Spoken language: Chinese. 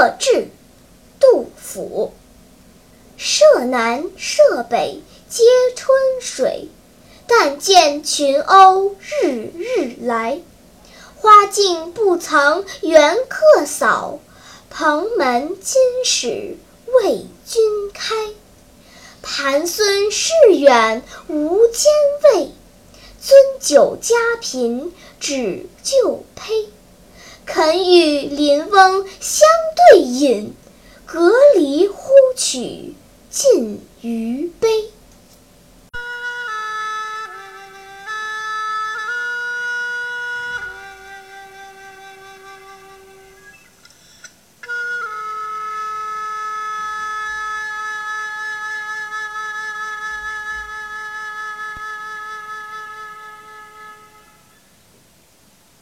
客至，杜甫。舍南舍北皆春水，但见群鸥日日来。花径不曾缘客扫，蓬门今始为君开。盘孙市远无兼味，樽酒家贫只就醅。肯与邻翁相对饮，隔篱呼取尽余杯。